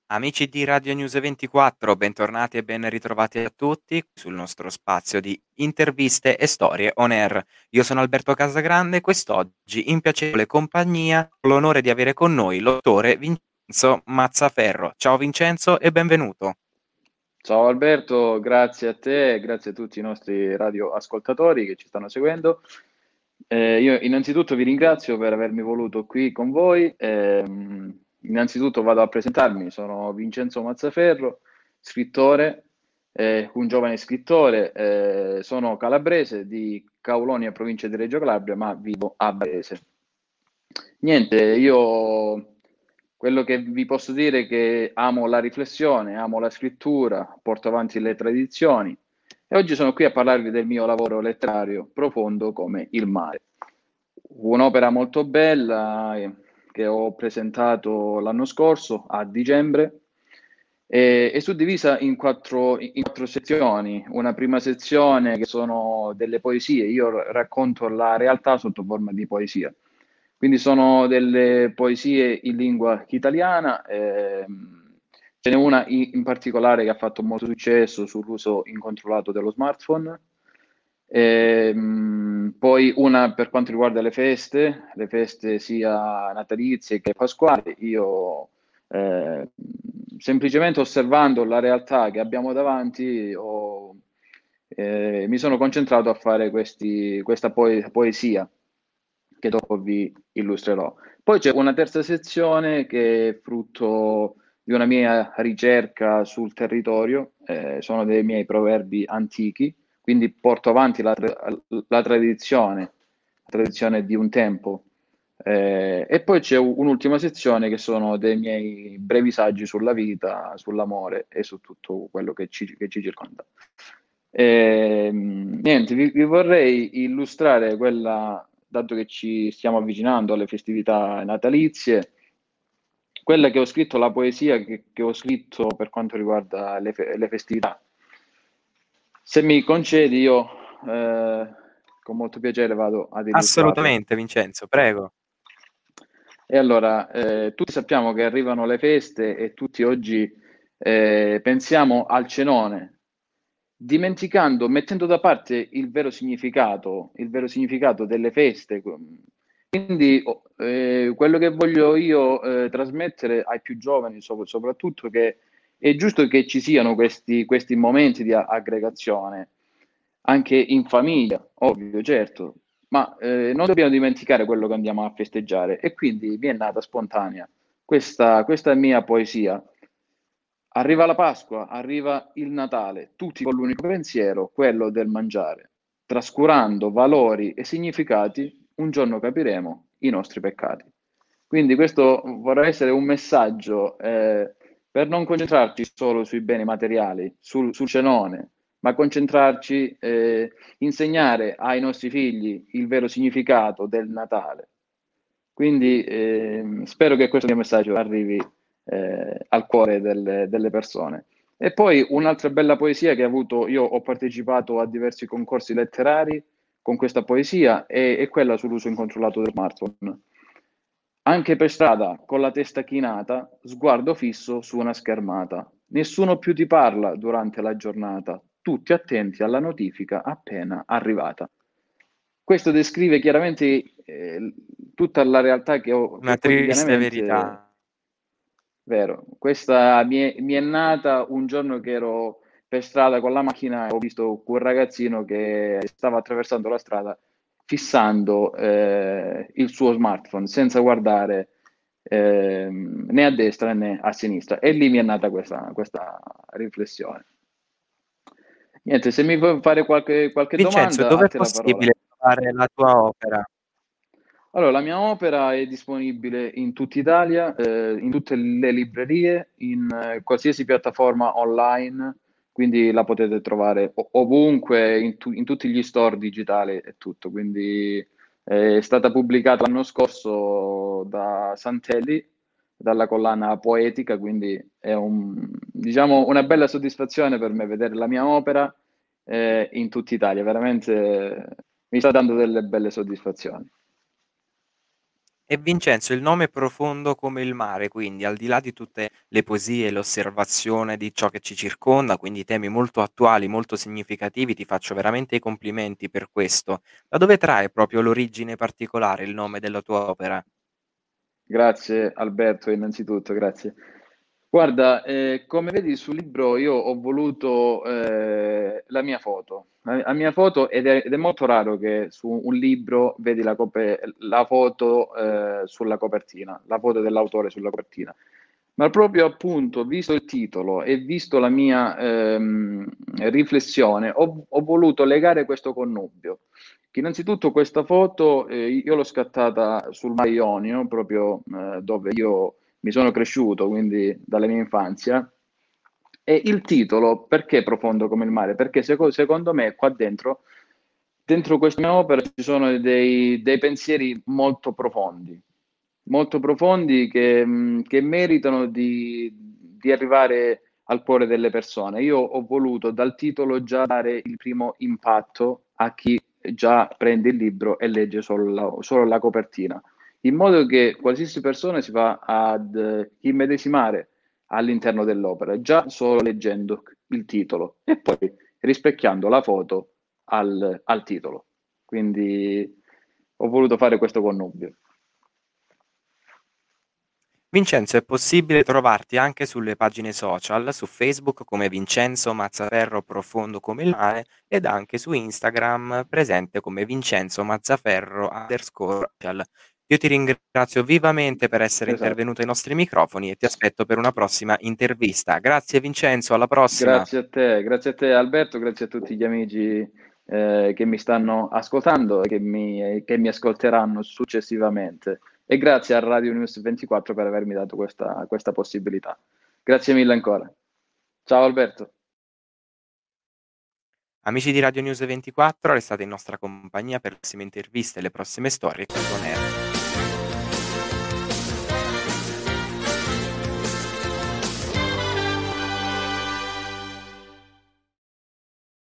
Amici di Radio News 24, bentornati e ben ritrovati a tutti sul nostro spazio di interviste e storie on air. Io sono Alberto Casagrande e quest'oggi in piacevole compagnia ho l'onore di avere con noi l'autore Vincenzo Mazzaferro. Ciao Vincenzo e benvenuto. Ciao Alberto, grazie a te e grazie a tutti i nostri radioascoltatori che ci stanno seguendo. Io innanzitutto vi ringrazio per avermi voluto qui con voi. Innanzitutto vado a presentarmi, sono Vincenzo Mazzaferro, scrittore, un giovane scrittore, sono calabrese di Caulonia, provincia di Reggio Calabria, ma vivo a Varese. Niente, io quello che vi posso dire è che amo la riflessione, amo la scrittura, porto avanti le tradizioni e oggi sono qui a parlarvi del mio lavoro letterario profondo come il mare. Un'opera molto bella che ho presentato l'anno scorso a dicembre è suddivisa in quattro sezioni. Una prima sezione che sono delle poesie, io racconto la realtà sotto forma di poesia. Quindi sono delle poesie in lingua italiana, ce n'è una in particolare che ha fatto molto successo sull'uso incontrollato dello smartphone. Poi una per quanto riguarda le feste sia natalizie che pasquali. Io semplicemente osservando la realtà che abbiamo davanti mi sono concentrato a fare questa poesia che dopo vi illustrerò. Poi c'è una terza sezione che è frutto di una mia ricerca sul territorio, sono dei miei proverbi antichi, quindi porto avanti la tradizione di un tempo. E poi c'è un'ultima sezione che sono dei miei brevi saggi sulla vita, sull'amore e su tutto quello che ci circonda. Niente, vi vorrei illustrare quella, dato che ci stiamo avvicinando alle festività natalizie, quella che ho scritto, la poesia che ho scritto per quanto riguarda le festività. Se mi concedi, io con molto piacere vado ad illustrarla. Assolutamente Vincenzo, prego. E allora, tutti sappiamo che arrivano le feste e tutti oggi pensiamo al cenone, dimenticando, mettendo da parte il vero significato delle feste. Quindi, quello che voglio io trasmettere ai più giovani, soprattutto, che è giusto che ci siano questi momenti di aggregazione, anche in famiglia, ovvio, certo, ma non dobbiamo dimenticare quello che andiamo a festeggiare. E quindi mi è nata spontanea questa mia poesia. Arriva la Pasqua, arriva il Natale, tutti con l'unico pensiero, quello del mangiare. Trascurando valori e significati, un giorno capiremo i nostri peccati. Quindi questo vorrà essere un messaggio per non concentrarci solo sui beni materiali, sul cenone, ma concentrarci, insegnare ai nostri figli il vero significato del Natale. Quindi spero che questo mio messaggio arrivi al cuore delle persone. E poi un'altra bella poesia che io ho partecipato a diversi concorsi letterari con questa poesia, è quella sull'uso incontrollato del smartphone. Anche per strada, con la testa chinata, sguardo fisso su una schermata. Nessuno più ti parla durante la giornata, tutti attenti alla notifica appena arrivata. Questo descrive chiaramente tutta la realtà Una che triste quotidianamente. verità. Vero, questa mi è nata un giorno che ero per strada con la macchina e ho visto quel ragazzino che stava attraversando la strada fissando il suo smartphone senza guardare né a destra né a sinistra. E lì mi è nata questa riflessione. Niente, se mi vuoi fare qualche Vincenzo, domanda, a dove è te la parola. possibile trovare la tua opera? Allora, la mia opera è disponibile in tutta Italia, in tutte le librerie, in qualsiasi piattaforma online, quindi la potete trovare ovunque, in tutti gli store digitali e tutto. Quindi è stata pubblicata l'anno scorso da Santelli, dalla collana Poetica, quindi è diciamo, una bella soddisfazione per me vedere la mia opera in tutta Italia, veramente mi sta dando delle belle soddisfazioni. E Vincenzo, il nome è profondo come il mare, quindi al di là di tutte le poesie e l'osservazione di ciò che ci circonda, quindi temi molto attuali, molto significativi, ti faccio veramente i complimenti per questo. Da dove trae proprio l'origine particolare, il nome della tua opera? Grazie Alberto, innanzitutto, grazie. Guarda, come vedi sul libro io ho voluto la mia foto, la mia foto ed è molto raro che su un libro vedi la foto sulla copertina, la foto dell'autore sulla copertina. Ma proprio appunto, visto il titolo e visto la mia riflessione, ho voluto legare questo connubio. Che innanzitutto questa foto io l'ho scattata sul Mar Ionio, proprio dove io mi sono cresciuto, quindi dalla mia infanzia. E il titolo, perché profondo come il mare? Perché secondo me qua dentro questa mia opera ci sono dei pensieri molto profondi che meritano di arrivare al cuore delle persone. Io ho voluto dal titolo già dare il primo impatto a chi già prende il libro e legge solo la copertina, in modo che qualsiasi persona si va ad immedesimare all'interno dell'opera, già solo leggendo il titolo e poi rispecchiando la foto al titolo. Quindi ho voluto fare questo connubio. Vincenzo, è possibile trovarti anche sulle pagine social, su Facebook come Vincenzo Mazzaferro Profondo come il mare ed anche su Instagram presente come Vincenzo Mazzaferro _social. Io ti ringrazio vivamente per essere Esatto. intervenuto ai nostri microfoni e ti aspetto per una prossima intervista. Grazie Vincenzo, alla prossima. Grazie a te Alberto, grazie a tutti gli amici che mi stanno ascoltando e che mi ascolteranno successivamente. E grazie a Radio News 24 per avermi dato questa possibilità. Grazie mille ancora. Ciao Alberto. Amici di Radio News 24, restate in nostra compagnia per le prossime interviste e le prossime storie qui on air.